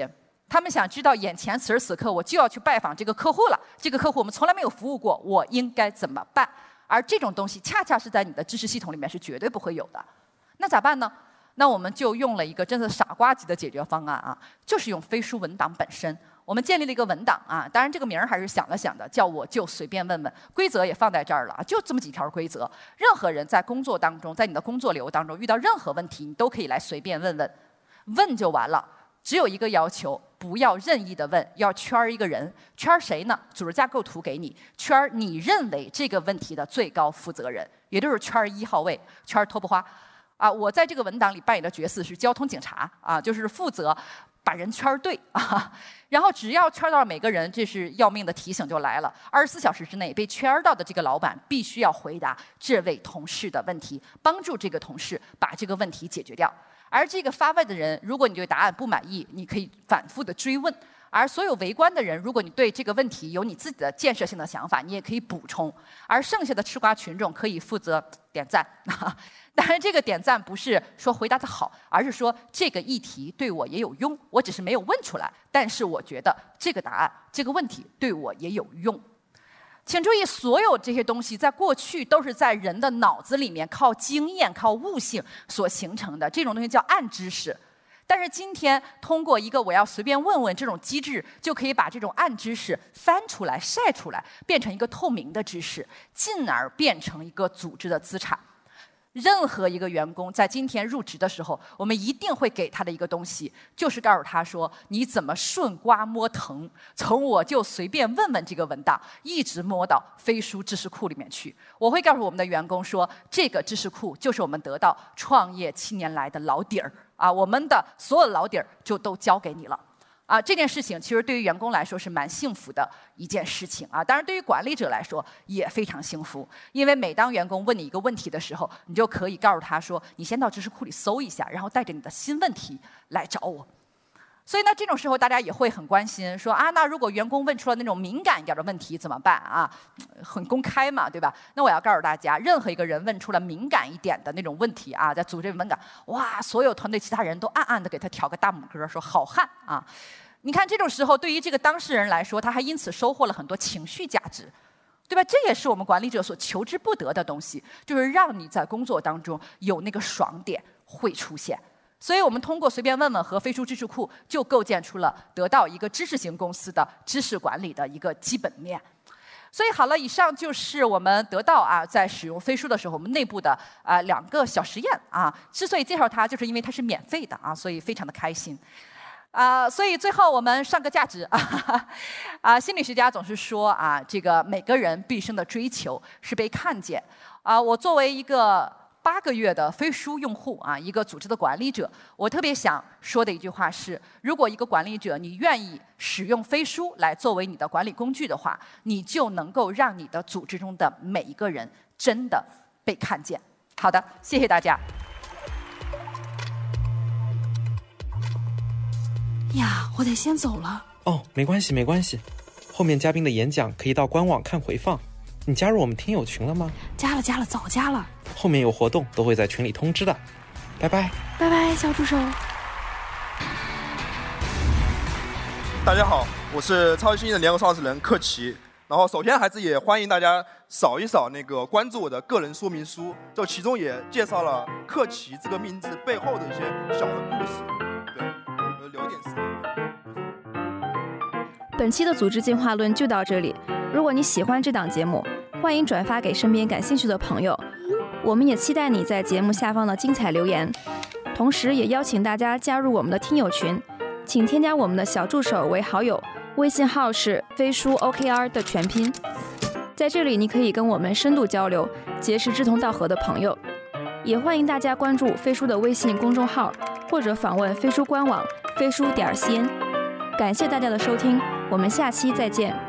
他们想知道眼前此时此刻我就要去拜访这个客户了，这个客户我们从来没有服务过，我应该怎么办？而这种东西恰恰是在你的知识系统里面是绝对不会有的。那咋办呢？那我们就用了一个真的傻瓜级的解决方案啊，就是用飞书文档本身。我们建立了一个文档啊，当然这个名儿还是想了想的，叫我就随便问问，规则也放在这儿了，就这么几条规则。任何人在工作当中，在你的工作流当中遇到任何问题，你都可以来随便问问，问就完了。只有一个要求，不要任意的问，要圈一个人，圈谁呢？组织架构图给你，圈你认为这个问题的最高负责人，也就是圈1号位，圈托布花。啊，我在这个文档里扮演的角色是交通警察啊，就是负责把人圈对啊，然后只要圈到每个人，这是要命的提醒就来了。24小时之内被圈到的这个老板必须要回答这位同事的问题，帮助这个同事把这个问题解决掉。而这个发问的人，如果你对答案不满意，你可以反复的追问。而所有围观的人，如果你对这个问题有你自己的建设性的想法，你也可以补充。而剩下的吃瓜群众可以负责点赞。当然，这个点赞不是说回答的好，而是说这个议题对我也有用，我只是没有问出来，但是我觉得这个答案、这个问题对我也有用。请注意，所有这些东西在过去都是在人的脑子里面靠经验、靠悟性所形成的，这种东西叫暗知识。但是今天通过一个我要随便问问这种机制，就可以把这种暗知识翻出来、晒出来，变成一个透明的知识，进而变成一个组织的资产。任何一个员工在今天入职的时候，我们一定会给他的一个东西，就是告诉他说，你怎么顺瓜摸藤，从我就随便问问这个文档，一直摸到飞书知识库里面去。我会告诉我们的员工说，这个知识库就是我们得到创业7年来的老底儿啊，我们的所有的老底儿就都交给你了。啊，这件事情其实对于员工来说是蛮幸福的一件事情啊，当然对于管理者来说也非常幸福，因为每当员工问你一个问题的时候，你就可以告诉他说，你先到知识库里搜一下，然后带着你的新问题来找我。所以呢，这种时候大家也会很关心，说啊，那如果员工问出了那种敏感一点的问题怎么办啊？很公开嘛，对吧？那我要告诉大家，任何一个人问出了敏感一点的那种问题啊，在组织里文档，哇，所有团队其他人都暗暗的给他挑个大拇哥，说好汉啊！你看这种时候，对于这个当事人来说，他还因此收获了很多情绪价值，对吧？这也是我们管理者所求之不得的东西，就是让你在工作当中有那个爽点会出现。所以我们通过随便问问和飞书知识库，就构建出了得到一个知识型公司的知识管理的一个基本面。所以好了，以上就是我们得到啊，在使用飞书的时候，我们内部的2个小实验啊。之所以介绍它，就是因为它是免费的啊，所以非常的开心。所以最后我们上个价值心理学家总是说啊，这个每个人毕生的追求是被看见我作为一个8个月的飞书用户啊，一个组织的管理者，我特别想说的一句话是：如果一个管理者你愿意使用飞书来作为你的管理工具的话，你就能够让你的组织中的每一个人真的被看见。好的，谢谢大家。 呀，我得先走了。 哦，没关系，没关系。后面嘉宾的演讲可以到官网看回放。你加入我们听友群了吗？ 加了，早加了。 后面有活动都会在群里通知的。拜拜。 拜拜，小助手。 大家好，我是超级星的联合创始人克奇。然后首先还是也欢迎大家扫一扫那个关注我的个人说明书，就其中也介绍了克奇这个名字背后的一些小的故事。留一点时间。 本期的组织进化论就到这里。如果你喜欢这档节目，欢迎转发给身边感兴趣的朋友。我们也期待你在节目下方的精彩留言，同时也邀请大家加入我们的听友群，请添加我们的小助手为好友，微信号是飞书 OKR 的全拼。在这里你可以跟我们深度交流，结识志同道合的朋友。也欢迎大家关注飞书的微信公众号，或者访问飞书官网飞书.cn。感谢大家的收听，我们下期再见。